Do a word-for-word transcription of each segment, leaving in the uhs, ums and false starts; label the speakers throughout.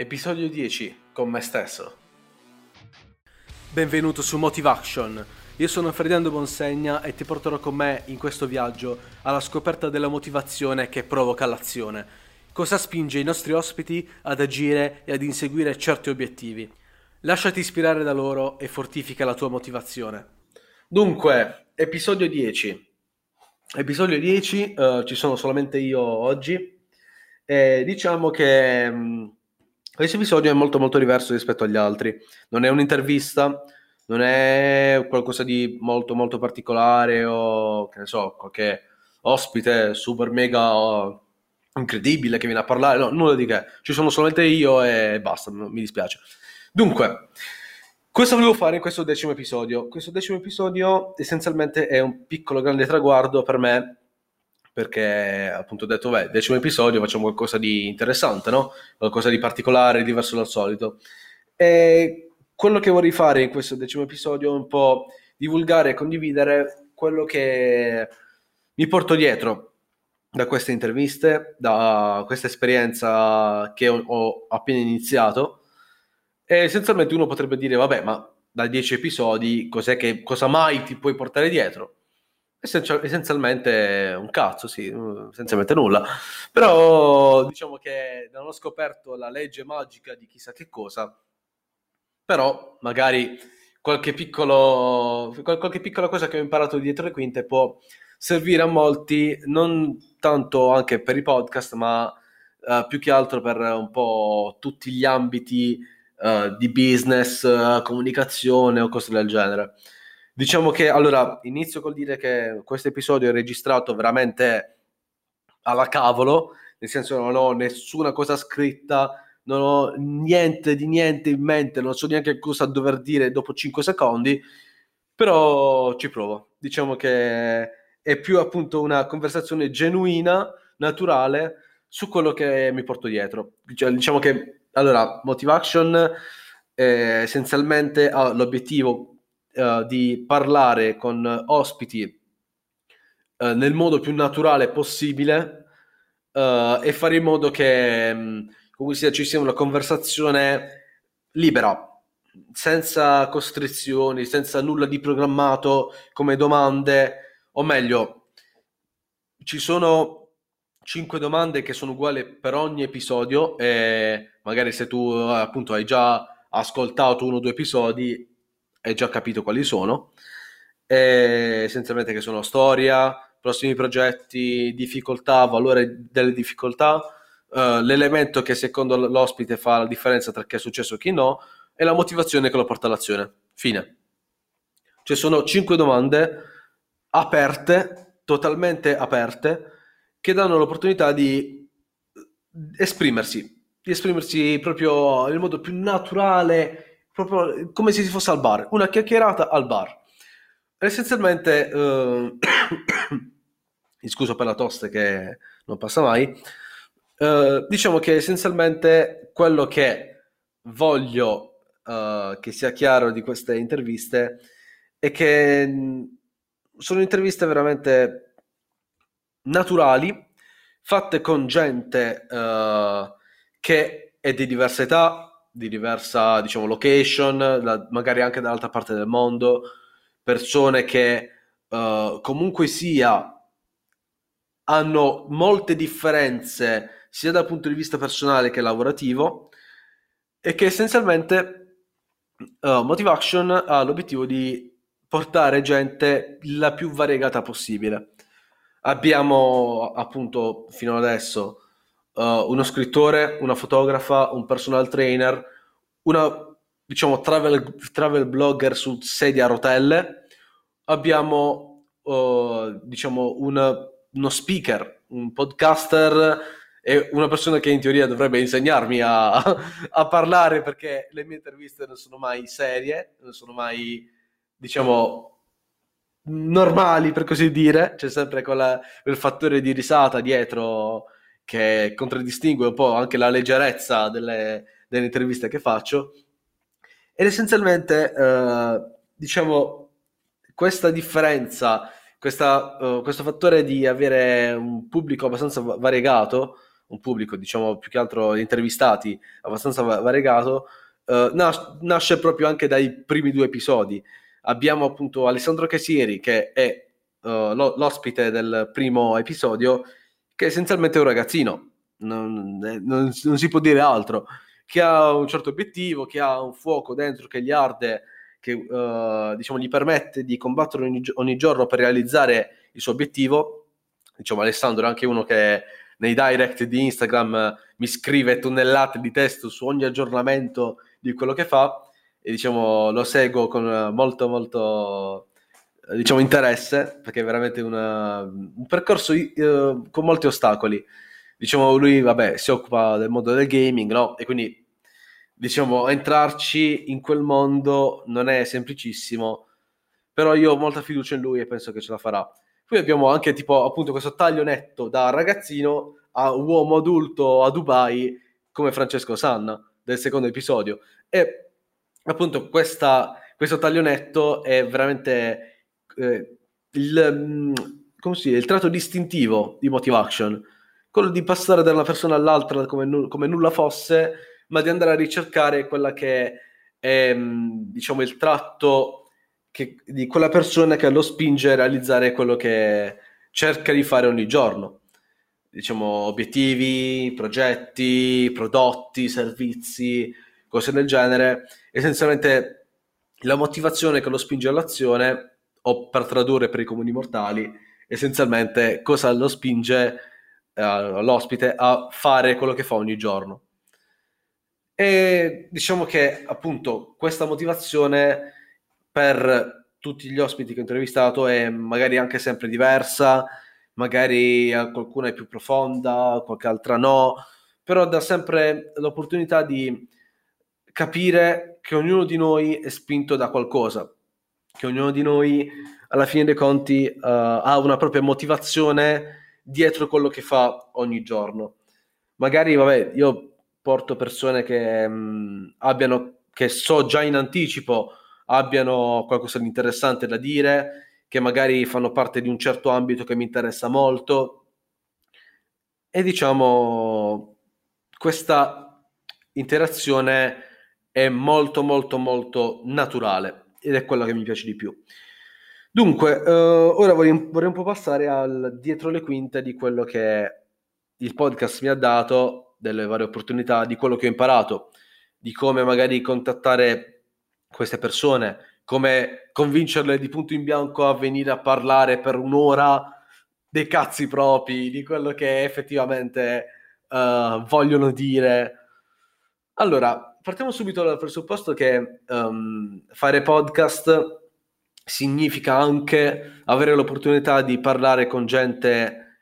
Speaker 1: Episodio dieci, con me stesso. Benvenuto su Motivaction. Io sono Ferdinando Bonsegna e ti porterò con me in questo viaggio alla scoperta della motivazione che provoca l'azione. Cosa spinge i nostri ospiti ad agire e ad inseguire certi obiettivi. Lasciati ispirare da loro e fortifica la tua motivazione. Dunque, episodio dieci. Episodio dieci, uh, ci sono solamente io oggi. E diciamo che mh, questo episodio è molto molto diverso rispetto agli altri. Non è un'intervista, non è qualcosa di molto molto particolare o che ne so, qualche ospite super mega oh, incredibile che viene a parlare, no, nulla di che. Ci sono solamente io e basta, mi dispiace. Dunque, cosa volevo fare in questo decimo episodio? Questo decimo episodio essenzialmente è un piccolo grande traguardo per me, perché appunto ho detto, beh, decimo episodio, facciamo qualcosa di interessante, no? Qualcosa di particolare, diverso dal solito. E quello che vorrei fare in questo decimo episodio è un po' divulgare e condividere quello che mi porto dietro da queste interviste, da questa esperienza che ho, ho appena iniziato. E essenzialmente uno potrebbe dire, vabbè, ma da dieci episodi cos'è che, cosa mai ti puoi portare dietro? Essenzialmente un cazzo, sì, essenzialmente nulla. Però diciamo che non ho scoperto la legge magica di chissà che cosa, però magari qualche piccolo qualche piccola cosa che ho imparato dietro le quinte può servire a molti, non tanto anche per i podcast, ma uh, più che altro per un po' tutti gli ambiti uh, di business, uh, comunicazione o cose del genere. Diciamo che, allora, inizio col dire che questo episodio è registrato veramente alla cavolo, nel senso non ho nessuna cosa scritta, non ho niente di niente in mente, non so neanche cosa dover dire dopo cinque secondi, però ci provo. Diciamo che è più appunto una conversazione genuina, naturale, su quello che mi porto dietro. Cioè, diciamo che, allora, Motivaction eh, essenzialmente ha l'obiettivo Uh, di parlare con ospiti uh, nel modo più naturale possibile uh, e fare in modo che um, comunque sia, ci sia una conversazione libera, senza costrizioni, senza nulla di programmato come domande, o meglio, ci sono cinque domande che sono uguali per ogni episodio e magari se tu appunto hai già ascoltato uno o due episodi hai già capito quali sono, e essenzialmente che sono storia, prossimi progetti, difficoltà, valore delle difficoltà, uh, l'elemento che secondo l'ospite fa la differenza tra chi è successo e chi no, e la motivazione che lo porta all'azione. Fine. Ci sono cinque domande aperte, totalmente aperte, che danno l'opportunità di esprimersi, di esprimersi proprio nel modo più naturale, proprio come se si fosse al bar, una chiacchierata al bar. Essenzialmente, eh, mi scuso per la tosse che non passa mai, eh, diciamo che essenzialmente quello che voglio eh, che sia chiaro di queste interviste è che mh, sono interviste veramente naturali, fatte con gente eh, che è di diversa età, di diversa, diciamo, location, da, magari anche dall'altra parte del mondo, persone che eh, comunque sia hanno molte differenze sia dal punto di vista personale che lavorativo, e che essenzialmente uh, Motivaction ha l'obiettivo di portare gente la più variegata possibile. Abbiamo appunto fino adesso uh, uno scrittore, una fotografa, un personal trainer, una diciamo travel, travel blogger su sedia a rotelle, abbiamo uh, diciamo un, uno speaker, un podcaster e una persona che in teoria dovrebbe insegnarmi a, a parlare, perché le mie interviste non sono mai serie, non sono mai diciamo normali, per così dire, c'è sempre quella, quel fattore di risata dietro che contraddistingue un po' anche la leggerezza delle, delle interviste che faccio. Ed essenzialmente eh, diciamo questa differenza, questa, uh, questo fattore di avere un pubblico abbastanza variegato, un pubblico, diciamo, più che altro intervistati, abbastanza va- variegato, eh, nas- nasce proprio anche dai primi due episodi. Abbiamo appunto Alessandro Casieri, che è eh, lo- l'ospite del primo episodio, che è essenzialmente un ragazzino, non, eh, non- non si può dire altro, che ha un certo obiettivo, che ha un fuoco dentro che gli arde, che eh, diciamo, gli permette di combattere ogni, gio- ogni giorno per realizzare il suo obiettivo. Diciamo, Alessandro è anche uno che nei direct di Instagram eh, mi scrive tonnellate di testo su ogni aggiornamento di quello che fa, e diciamo lo seguo con eh, molto molto eh, diciamo interesse, perché è veramente una- un percorso eh, con molti ostacoli. Diciamo, lui vabbè si occupa del mondo del gaming, no? E quindi diciamo entrarci in quel mondo non è semplicissimo, però io ho molta fiducia in lui e penso che ce la farà. Poi abbiamo anche tipo appunto questo taglio netto da ragazzino a uomo adulto a Dubai come Francesco Sanna del secondo episodio, e appunto questa, questo taglio netto è veramente eh, il, mm, come si dice, il tratto distintivo di Motive Action, quello di passare da una persona all'altra come, nu- come nulla fosse, ma di andare a ricercare quella che è, mm, diciamo, il tratto che- di quella persona che lo spinge a realizzare quello che cerca di fare ogni giorno. Diciamo, obiettivi, progetti, prodotti, servizi, cose del genere. Essenzialmente la motivazione che lo spinge all'azione, o per tradurre per i comuni mortali, essenzialmente cosa lo spinge eh, l'ospite a fare quello che fa ogni giorno. E diciamo che appunto questa motivazione per tutti gli ospiti che ho intervistato è magari anche sempre diversa, magari a qualcuna è più profonda, qualche altra no, però dà sempre l'opportunità di capire che ognuno di noi è spinto da qualcosa, che ognuno di noi alla fine dei conti eh, ha una propria motivazione dietro quello che fa ogni giorno. Magari, vabbè, io porto persone che mh, abbiano, che so già in anticipo, abbiano qualcosa di interessante da dire, che magari fanno parte di un certo ambito che mi interessa molto, e diciamo questa interazione è molto molto molto naturale ed è quella che mi piace di più. Dunque, eh, ora vorrei, vorrei un po' passare al dietro le quinte di quello che il podcast mi ha dato, delle varie opportunità, di quello che ho imparato, di come magari contattare queste persone, come convincerle di punto in bianco a venire a parlare per un'ora dei cazzi propri, di quello che effettivamente eh, vogliono dire. Allora, partiamo subito dal presupposto che ehm, fare podcast significa anche avere l'opportunità di parlare con gente,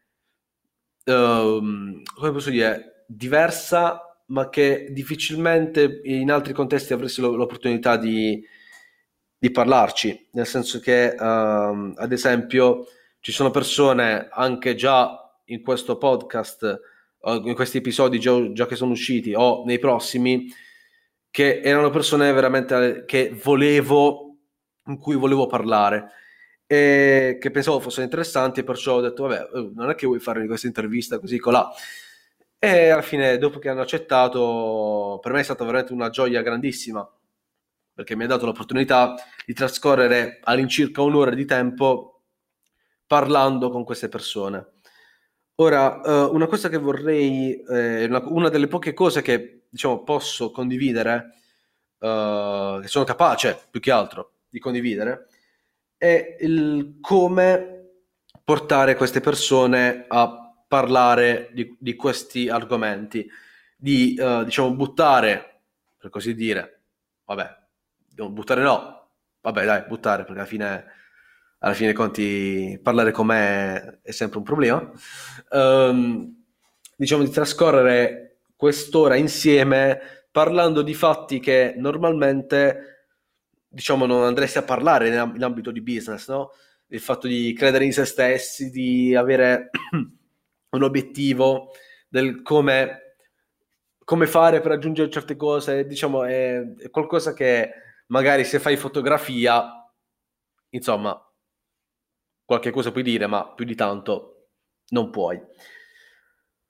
Speaker 1: ehm, come posso dire, diversa, ma che difficilmente in altri contesti avresti lo- l'opportunità di, di parlarci. Nel senso che, ehm, ad esempio, ci sono persone anche già in questo podcast, o in questi episodi già, già che sono usciti, o nei prossimi, che erano persone veramente che volevo, in cui volevo parlare e che pensavo fossero interessanti, e perciò ho detto vabbè, eh, non è che vuoi fare questa intervista così colà. E alla fine, dopo che hanno accettato, per me è stata veramente una gioia grandissima, perché mi ha dato l'opportunità di trascorrere all'incirca un'ora di tempo parlando con queste persone. Ora, eh, una cosa che vorrei, eh, una, una delle poche cose che diciamo posso condividere, eh, che sono capace più che altro di condividere, è il come portare queste persone a parlare di, di questi argomenti, di eh, diciamo buttare, per così dire, vabbè, no, buttare no, vabbè dai, buttare, perché alla fine, alla fine dei conti parlare con me è sempre un problema. Ehm, diciamo di trascorrere quest'ora insieme parlando di fatti che normalmente diciamo non andresti a parlare in, in ambito di business, no? Il fatto di credere in se stessi, di avere un obiettivo del come, come fare per raggiungere certe cose, diciamo è, è qualcosa che magari se fai fotografia, insomma, qualche cosa puoi dire, ma più di tanto non puoi.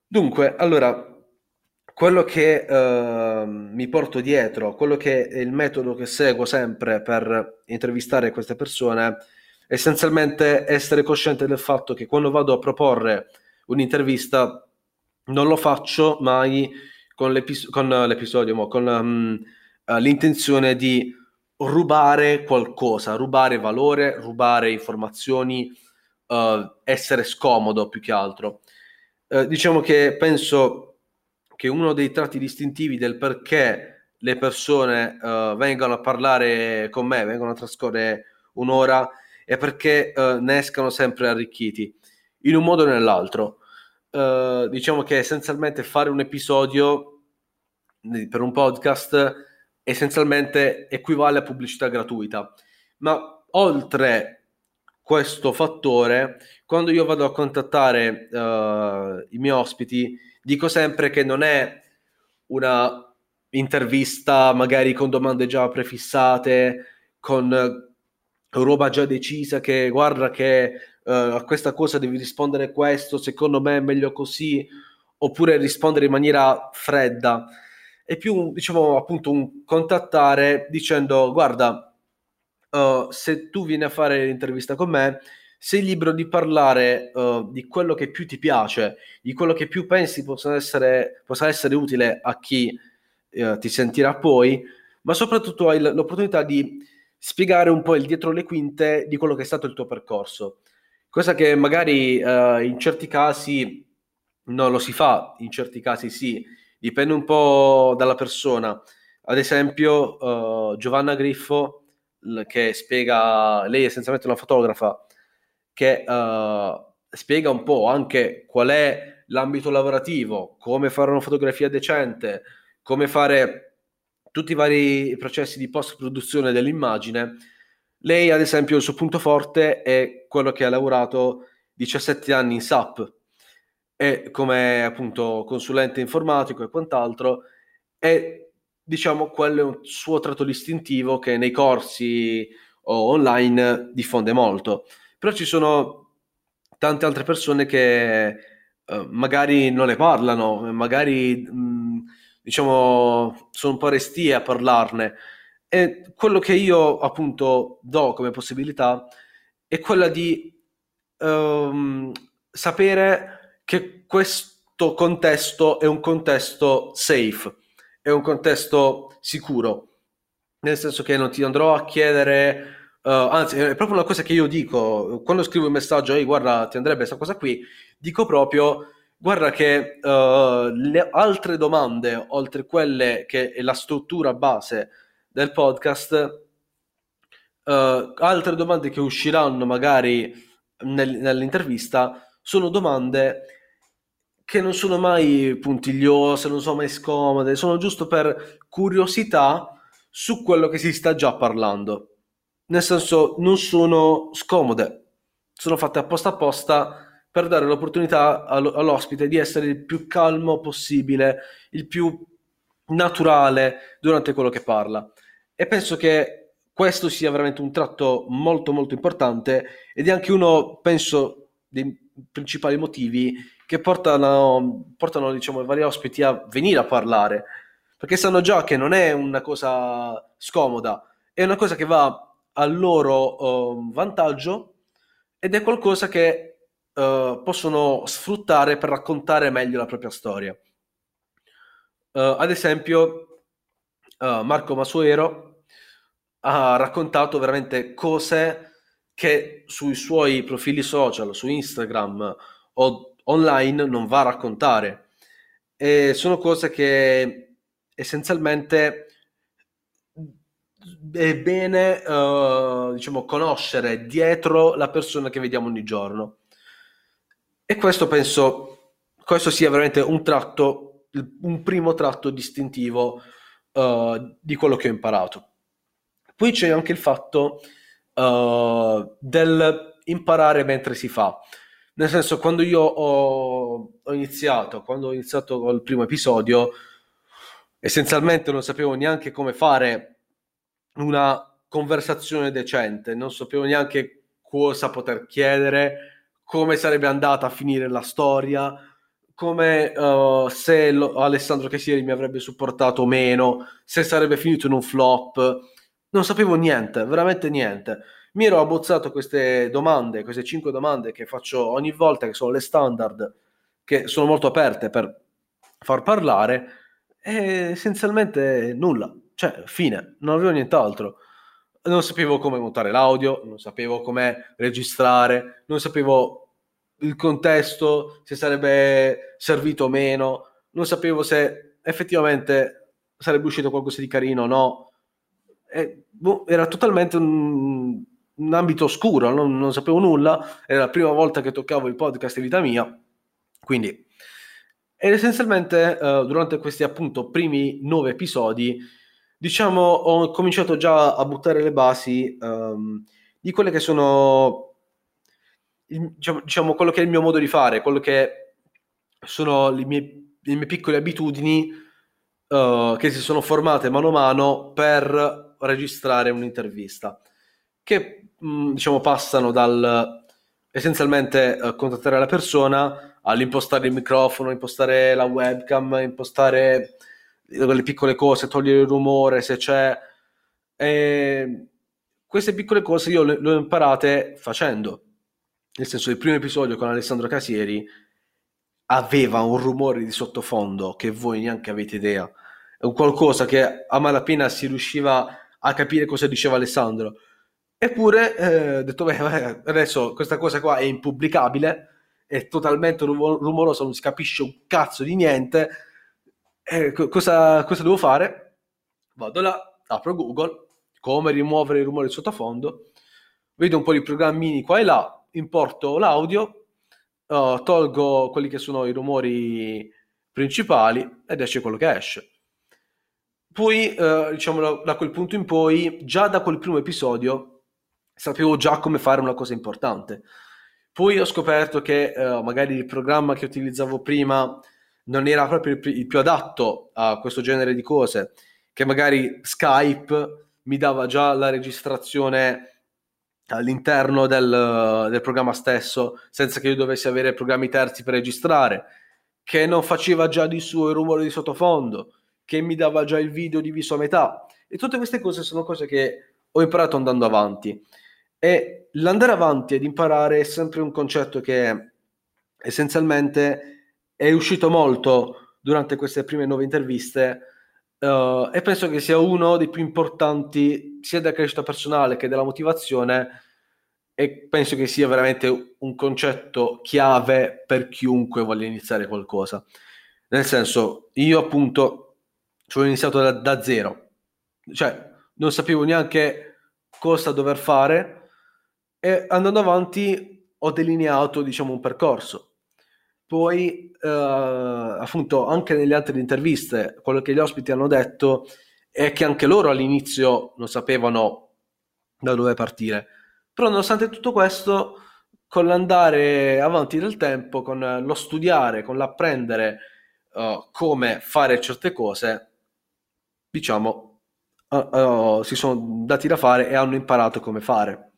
Speaker 1: Dunque, allora, quello che eh, mi porto dietro, quello che è il metodo che seguo sempre per intervistare queste persone, è essenzialmente essere cosciente del fatto che quando vado a proporre un'intervista non lo faccio mai con, l'epis- con l'episodio, mo, con mm, eh, l'intenzione di rubare qualcosa, rubare valore, rubare informazioni, eh, essere scomodo più che altro. Eh, diciamo che penso che uno dei tratti distintivi del perché le persone eh, vengono a parlare con me, vengono a trascorrere un'ora, è perché eh, ne escano sempre arricchiti, in un modo o nell'altro. Eh, diciamo che essenzialmente fare un episodio eh, per un podcast essenzialmente equivale a pubblicità gratuita. Ma oltre questo fattore, quando io vado a contattare eh, i miei ospiti, dico sempre che non è una intervista magari con domande già prefissate, con eh, roba già decisa, che guarda che eh, a questa cosa devi rispondere questo, secondo me è meglio così, oppure rispondere in maniera fredda. È più, diciamo, appunto un contattare dicendo, guarda, uh, se tu vieni a fare l'intervista con me, sei libero di parlare uh, di quello che più ti piace, di quello che più pensi possa essere, possa essere utile a chi uh, ti sentirà poi, ma soprattutto hai l- l'opportunità di spiegare un po' il dietro le quinte di quello che è stato il tuo percorso. Cosa che magari uh, in certi casi non lo si fa, in certi casi sì, dipende un po' dalla persona. Ad esempio, uh, Giovanna Griffo, l- che spiega, lei è essenzialmente una fotografa, che uh, spiega un po' anche qual è l'ambito lavorativo, come fare una fotografia decente, come fare tutti i vari processi di post-produzione dell'immagine. Lei, ad esempio, il suo punto forte è quello che ha lavorato diciassette anni in S A P e come appunto consulente informatico e quant'altro, e diciamo quello è un suo tratto distintivo che nei corsi o online diffonde molto. Però ci sono tante altre persone che eh, magari non ne parlano, magari mh, diciamo sono un po' restie a parlarne. E quello che io appunto do come possibilità è quella di ehm, sapere che questo contesto è un contesto safe, è un contesto sicuro, nel senso che non ti andrò a chiedere, eh, anzi è proprio una cosa che io dico, quando scrivo un messaggio, ehi guarda ti andrebbe questa cosa qui, dico proprio, guarda che eh, le altre domande, oltre quelle che è la struttura base del podcast, eh, altre domande che usciranno magari nel- nell'intervista sono domande che non sono mai puntigliose, non sono mai scomode, sono giusto per curiosità su quello che si sta già parlando. Nel senso, non sono scomode, sono fatte apposta apposta per dare l'opportunità allo- all'ospite di essere il più calmo possibile, il più naturale durante quello che parla. E penso che questo sia veramente un tratto molto molto importante ed è anche uno, penso, dei principali motivi che portano, portano diciamo, i vari ospiti a venire a parlare, perché sanno già che non è una cosa scomoda, è una cosa che va a loro eh, vantaggio ed è qualcosa che eh, possono sfruttare per raccontare meglio la propria storia. Eh, ad esempio, eh, Marco Masuero ha raccontato veramente cose che sui suoi profili social, su Instagram o online non va a raccontare. E sono cose che essenzialmente è bene, eh, diciamo, conoscere dietro la persona che vediamo ogni giorno. E questo penso, questo sia veramente un tratto, un primo tratto distintivo eh, di quello che ho imparato. Poi c'è anche il fatto eh, del imparare mentre si fa. Nel senso, quando io ho, ho iniziato, quando ho iniziato col primo episodio, essenzialmente non sapevo neanche come fare una conversazione decente, non sapevo neanche cosa poter chiedere, come sarebbe andata a finire la storia, come uh, se lo- Alessandro Casieri mi avrebbe supportato o meno, se sarebbe finito in un flop. Non sapevo niente, veramente niente. Mi ero abbozzato queste domande, queste cinque domande che faccio ogni volta, che sono le standard, che sono molto aperte per far parlare, e essenzialmente nulla. Cioè, fine, non avevo nient'altro. Non sapevo come montare l'audio, non sapevo come registrare, non sapevo il contesto, se sarebbe servito o meno, non sapevo se effettivamente sarebbe uscito qualcosa di carino o no. E, boh, era totalmente un, un ambito oscuro, non, non sapevo nulla, era la prima volta che toccavo il podcast in vita mia, quindi... Ed essenzialmente eh, durante questi appunto primi nove episodi, diciamo, ho cominciato già a buttare le basi ehm, di quelle che sono, il- diciamo, diciamo, quello che è il mio modo di fare, quello che sono le mie, le mie piccole abitudini eh, che si sono formate mano a mano per registrare un'intervista, che mh, diciamo passano dal essenzialmente eh, contattare la persona all'impostare il microfono, impostare la webcam, impostare le piccole cose, togliere il rumore se c'è. E queste piccole cose io le, le ho imparate facendo. Nel senso, il primo episodio con Alessandro Casieri aveva un rumore di sottofondo che voi neanche avete idea. È un qualcosa che a malapena si riusciva a capire cosa diceva Alessandro. Eppure, eh, ho detto, beh, beh, adesso questa cosa qua è impubblicabile, è totalmente rumo- rumorosa, non si capisce un cazzo di niente. Eh, co- cosa, cosa devo fare? Vado là, apro Google, come rimuovere il rumore di sottofondo, vedo un po' di programmini qua e là, importo l'audio, eh, tolgo quelli che sono i rumori principali ed esce quello che esce. Poi, eh, diciamo, da, da quel punto in poi, già da quel primo episodio, sapevo già come fare una cosa importante. Poi ho scoperto che eh, magari il programma che utilizzavo prima non era proprio il, pi- il più adatto a questo genere di cose, che magari Skype mi dava già la registrazione all'interno del, del programma stesso, senza che io dovessi avere programmi terzi per registrare, che non faceva già di suo il rumore di sottofondo, che mi dava già il video diviso a metà. E tutte queste cose sono cose che ho imparato andando avanti. E l'andare avanti ed imparare è sempre un concetto che essenzialmente è uscito molto durante queste prime nove interviste, eh, e penso che sia uno dei più importanti sia della crescita personale che della motivazione, e penso che sia veramente un concetto chiave per chiunque voglia iniziare qualcosa. Nel senso, io appunto ci ho iniziato da, da zero, cioè non sapevo neanche cosa dover fare, e andando avanti ho delineato, diciamo, un percorso. Poi, eh, appunto, anche nelle altre interviste, quello che gli ospiti hanno detto è che anche loro all'inizio non sapevano da dove partire. Però, nonostante tutto questo, con l'andare avanti del tempo, con lo studiare, con l'apprendere eh, come fare certe cose, diciamo, eh, eh, si sono dati da fare e hanno imparato come fare.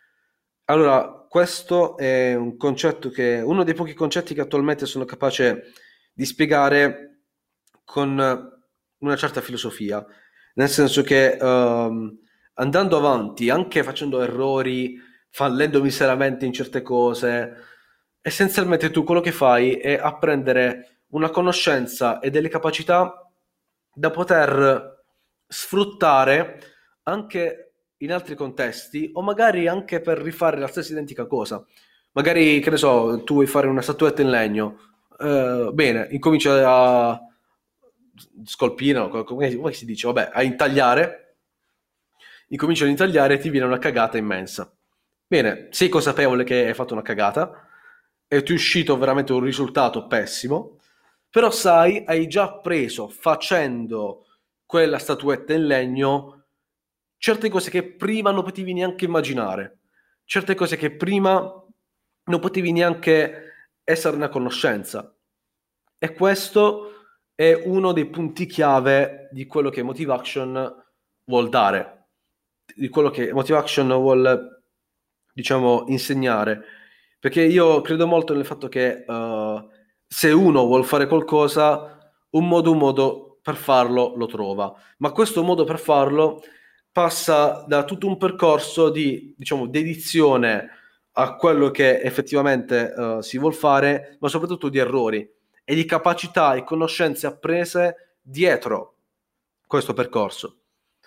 Speaker 1: Allora, questo è un concetto che, uno dei pochi concetti che attualmente sono capace di spiegare con una certa filosofia, nel senso che ehm, andando avanti, anche facendo errori, fallendo miseramente in certe cose, essenzialmente tu quello che fai è apprendere una conoscenza e delle capacità da poter sfruttare anche in altri contesti, o magari anche per rifare la stessa identica cosa. Magari, che ne so, tu vuoi fare una statuetta in legno, eh, bene, incomincia a scolpire, no, come, come si dice, vabbè, a intagliare, incomincia ad intagliare e ti viene una cagata immensa. Bene, sei consapevole che hai fatto una cagata e ti è uscito veramente un risultato pessimo, però sai, hai già preso facendo quella statuetta in legno certe cose che prima non potevi neanche immaginare, certe cose che prima non potevi neanche esserne a conoscenza. E questo è uno dei punti chiave di quello che Motive Action vuol dare, di quello che Motive Action vuol, diciamo, insegnare. Perché io credo molto nel fatto che uh, se uno vuol fare qualcosa, un modo, un modo per farlo lo trova, ma questo modo per farlo passa da tutto un percorso di, diciamo, dedizione a quello che effettivamente eh, si vuol fare, ma soprattutto di errori e di capacità e conoscenze apprese dietro questo percorso.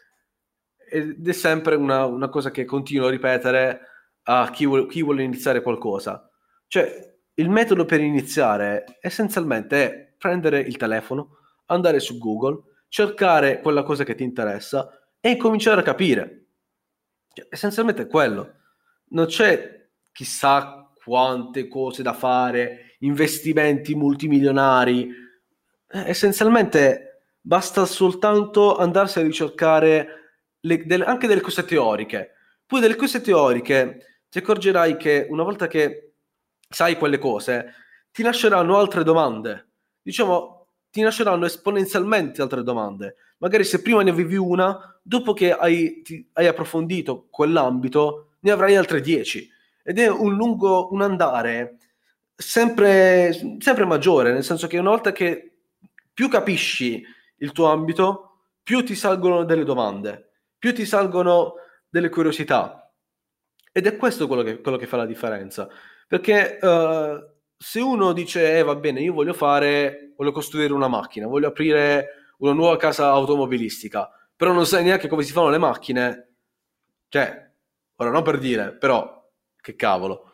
Speaker 1: Ed è sempre una, una cosa che continuo a ripetere a chi vuole, chi vuole iniziare qualcosa. Cioè, il metodo per iniziare essenzialmente è prendere il telefono, andare su Google, cercare quella cosa che ti interessa e incominciare a capire. Cioè, essenzialmente è quello. Non c'è chissà quante cose da fare, investimenti multimilionari. Eh, essenzialmente basta soltanto andarsi a ricercare le- delle- anche delle cose teoriche. Poi delle cose teoriche ti accorgerai che una volta che sai quelle cose, ti nasceranno altre domande. Diciamo, ti nasceranno esponenzialmente altre domande. Magari se prima ne avevi una, dopo che hai, ti- hai approfondito quell'ambito, ne avrai altre dieci. Ed è un lungo, un andare sempre, sempre maggiore, nel senso che una volta che più capisci il tuo ambito, più ti salgono delle domande, più ti salgono delle curiosità. Ed è questo quello che, quello che fa la differenza. Perché eh, se uno dice, eh, va bene, io voglio fare, voglio costruire una macchina, voglio aprire una nuova casa automobilistica, però non sai neanche come si fanno le macchine, cioè, ora non per dire, però, che cavolo.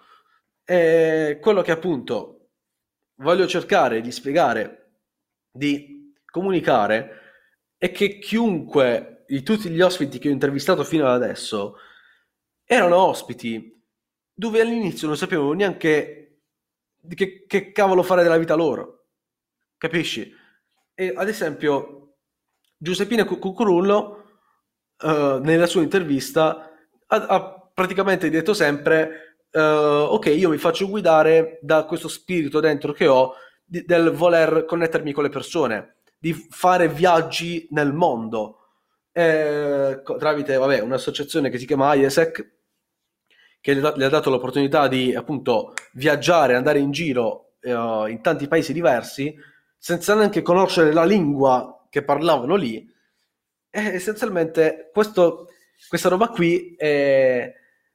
Speaker 1: E quello che appunto voglio cercare di spiegare, di comunicare, è che chiunque di tutti gli ospiti che ho intervistato fino ad adesso erano ospiti dove all'inizio non sapevano neanche di che, che cavolo fare della vita loro, capisci? E ad esempio Giuseppina Cu- Cucurullo eh, nella sua intervista ha, ha praticamente detto sempre eh, ok, io mi faccio guidare da questo spirito dentro che ho di- del voler connettermi con le persone, di fare viaggi nel mondo eh, co- tramite vabbè, un'associazione che si chiama I E S E C che le, da- le ha dato l'opportunità di appunto viaggiare, andare in giro eh, in tanti paesi diversi senza neanche conoscere la lingua che parlavano lì. E essenzialmente questo, questa roba qui è,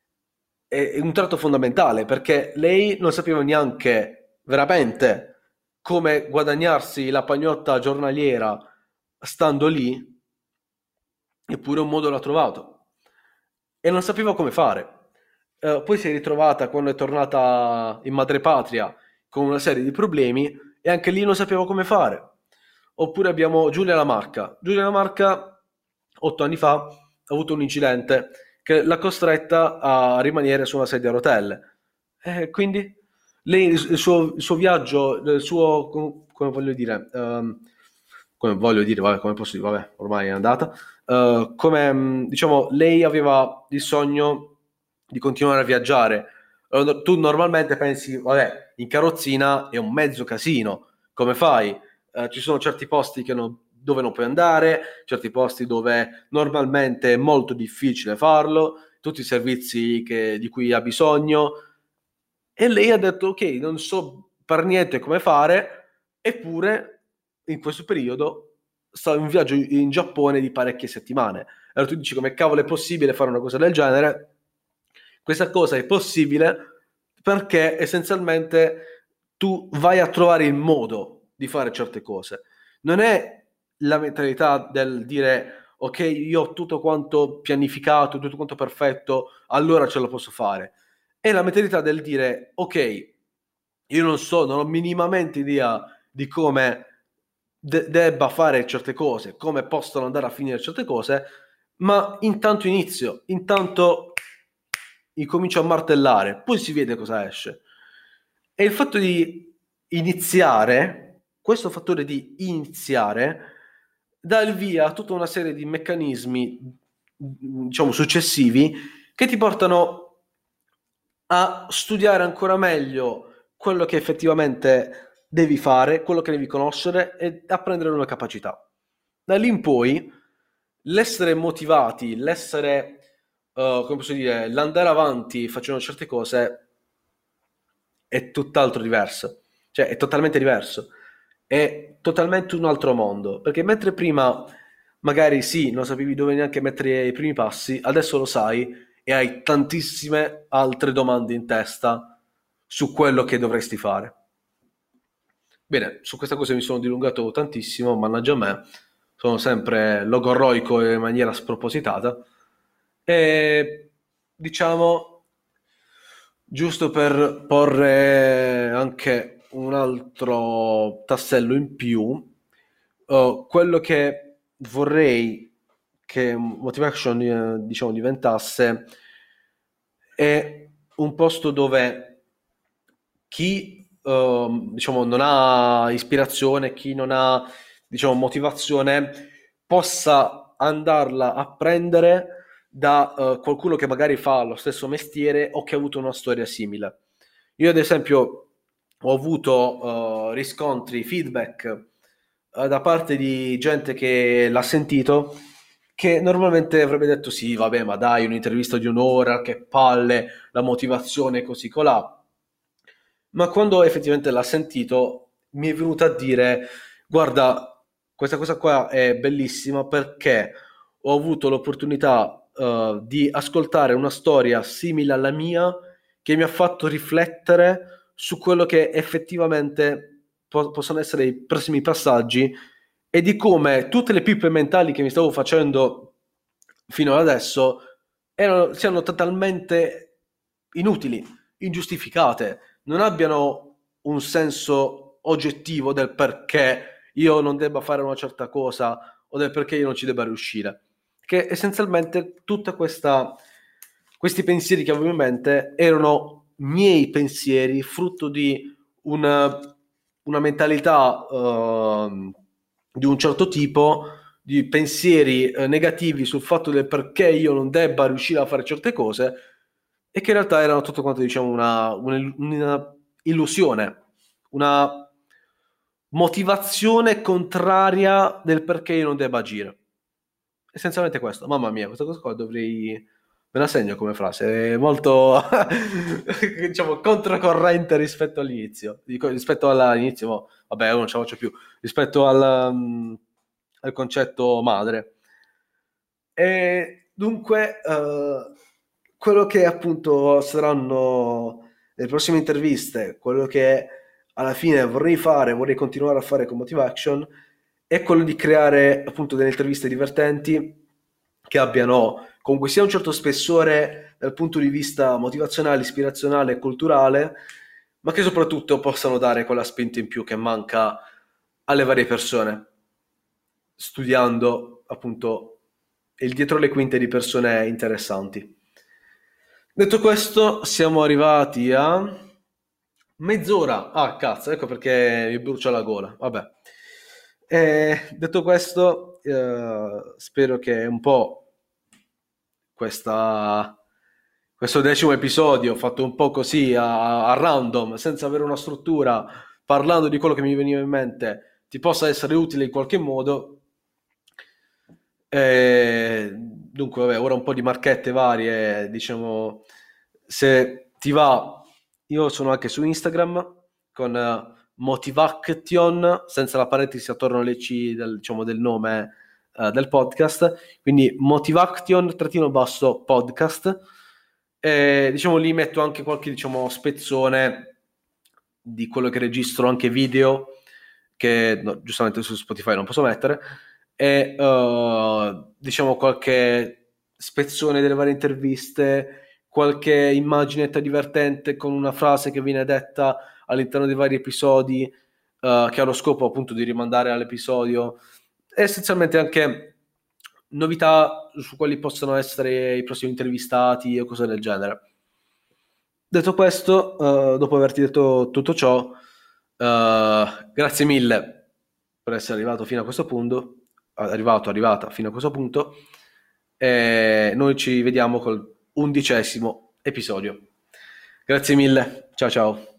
Speaker 1: è un tratto fondamentale perché lei non sapeva neanche veramente come guadagnarsi la pagnotta giornaliera stando lì, eppure un modo l'ha trovato e non sapeva come fare. Eh, poi si è ritrovata quando è tornata in madrepatria con una serie di problemi e anche lì non sapeva come fare. Oppure abbiamo Giulia Lamarca. Giulia Lamarca, otto anni fa, ha avuto un incidente che l'ha costretta a rimanere su una sedia a rotelle. E quindi lei, il il suo, il suo viaggio, il suo, com- come voglio dire, ehm, come voglio dire, vabbè, come posso dire, vabbè, ormai è andata, eh, come, mh, diciamo, lei aveva il sogno di continuare a viaggiare. Allora, tu normalmente pensi, vabbè, in carrozzina è un mezzo casino, come fai? Eh, ci sono certi posti che non- dove non puoi andare, certi posti dove normalmente è molto difficile farlo, tutti i servizi che- di cui ha bisogno. E lei ha detto, ok, non so per niente come fare, eppure in questo periodo sta in viaggio in Giappone di parecchie settimane. Allora tu dici, come cavolo è possibile fare una cosa del genere? Questa cosa è possibile perché essenzialmente tu vai a trovare il modo di fare certe cose. Non è la mentalità del dire, ok, io ho tutto quanto pianificato, tutto quanto perfetto, allora ce lo posso fare. È la mentalità del dire, ok, io non so, non ho minimamente idea di come de- debba fare certe cose, come possono andare a finire certe cose, ma intanto inizio, intanto incomincio a martellare, poi si vede cosa esce. E il fatto di iniziare, questo fattore di iniziare, dà il via a tutta una serie di meccanismi, diciamo, successivi che ti portano a studiare ancora meglio quello che effettivamente devi fare, quello che devi conoscere e apprendere una capacità. Da lì in poi l'essere motivati, l'essere, eh, come posso dire, l'andare avanti facendo certe cose è tutt'altro diverso. Cioè è totalmente diverso, è totalmente un altro mondo, perché mentre prima magari sì, non sapevi dove neanche mettere i primi passi, adesso lo sai e hai tantissime altre domande in testa su quello che dovresti fare. Bene, su questa cosa mi sono dilungato tantissimo, mannaggia a me, sono sempre logorroico in maniera spropositata e diciamo, giusto per porre anche un altro tassello in più, eh, quello che vorrei che Motivation eh, diciamo diventasse è un posto dove chi ehm, diciamo non ha ispirazione, chi non ha diciamo motivazione possa andarla a prendere da eh, qualcuno che magari fa lo stesso mestiere o che ha avuto una storia simile. Io ad esempio ho avuto eh, riscontri, feedback eh, da parte di gente che l'ha sentito, che normalmente avrebbe detto sì, vabbè, ma dai, un'intervista di un'ora, che palle, la motivazione così colà. Ma quando effettivamente l'ha sentito, mi è venuto a dire, guarda, questa cosa qua è bellissima perché ho avuto l'opportunità eh, di ascoltare una storia simile alla mia che mi ha fatto riflettere su quello che effettivamente po- possono essere i prossimi passaggi e di come tutte le pippe mentali che mi stavo facendo fino ad adesso erano, siano totalmente inutili, ingiustificate, non abbiano un senso oggettivo del perché io non debba fare una certa cosa o del perché io non ci debba riuscire. Che essenzialmente tutta questa questi pensieri che avevo in mente erano miei pensieri, frutto di una, una mentalità ehm, di un certo tipo, di pensieri eh, negativi sul fatto del perché io non debba riuscire a fare certe cose, e che in realtà erano tutto quanto, diciamo, una, una- una illusione, una motivazione contraria del perché io non debba agire. Essenzialmente questo. Mamma mia, questa cosa qua dovrei... Me la segno come frase, è molto, diciamo, controcorrente rispetto all'inizio, Dico, rispetto all'inizio, mo, vabbè, io non ce la faccio più, rispetto al, um, al concetto madre. E dunque, eh, quello che appunto saranno le prossime interviste, quello che alla fine vorrei fare, vorrei continuare a fare con Motive Action, è quello di creare appunto delle interviste divertenti che abbiano comunque sia un certo spessore dal punto di vista motivazionale, ispirazionale e culturale, ma che soprattutto possano dare quella spinta in più che manca alle varie persone, studiando appunto il dietro le quinte di persone interessanti. Detto questo, siamo arrivati a mezz'ora. Ah, cazzo, ecco perché mi brucia la gola. Vabbè. E detto questo, eh, spero che un po' questa, questo decimo episodio, fatto un po' così a, a random, senza avere una struttura, parlando di quello che mi veniva in mente, ti possa essere utile in qualche modo. E, dunque, vabbè, ora un po' di marchette varie, diciamo, se ti va, io sono anche su Instagram con eh, Motivaction, senza la parentesi attorno alle C del, diciamo, del nome eh, del podcast, quindi Motivaction trattino basso podcast. E, diciamo, lì metto anche qualche, diciamo, spezzone di quello che registro, anche video, che no, giustamente su Spotify non posso mettere, e eh, diciamo qualche spezzone delle varie interviste, qualche immaginetta divertente con una frase che viene detta all'interno dei vari episodi, eh, che ha lo scopo appunto di rimandare all'episodio, e essenzialmente anche novità su quali possono essere i prossimi intervistati o cose del genere. Detto questo, eh, dopo averti detto tutto ciò, eh, grazie mille per essere arrivato fino a questo punto, arrivato, arrivata fino a questo punto, e noi ci vediamo col undicesimo episodio. Grazie mille, ciao ciao.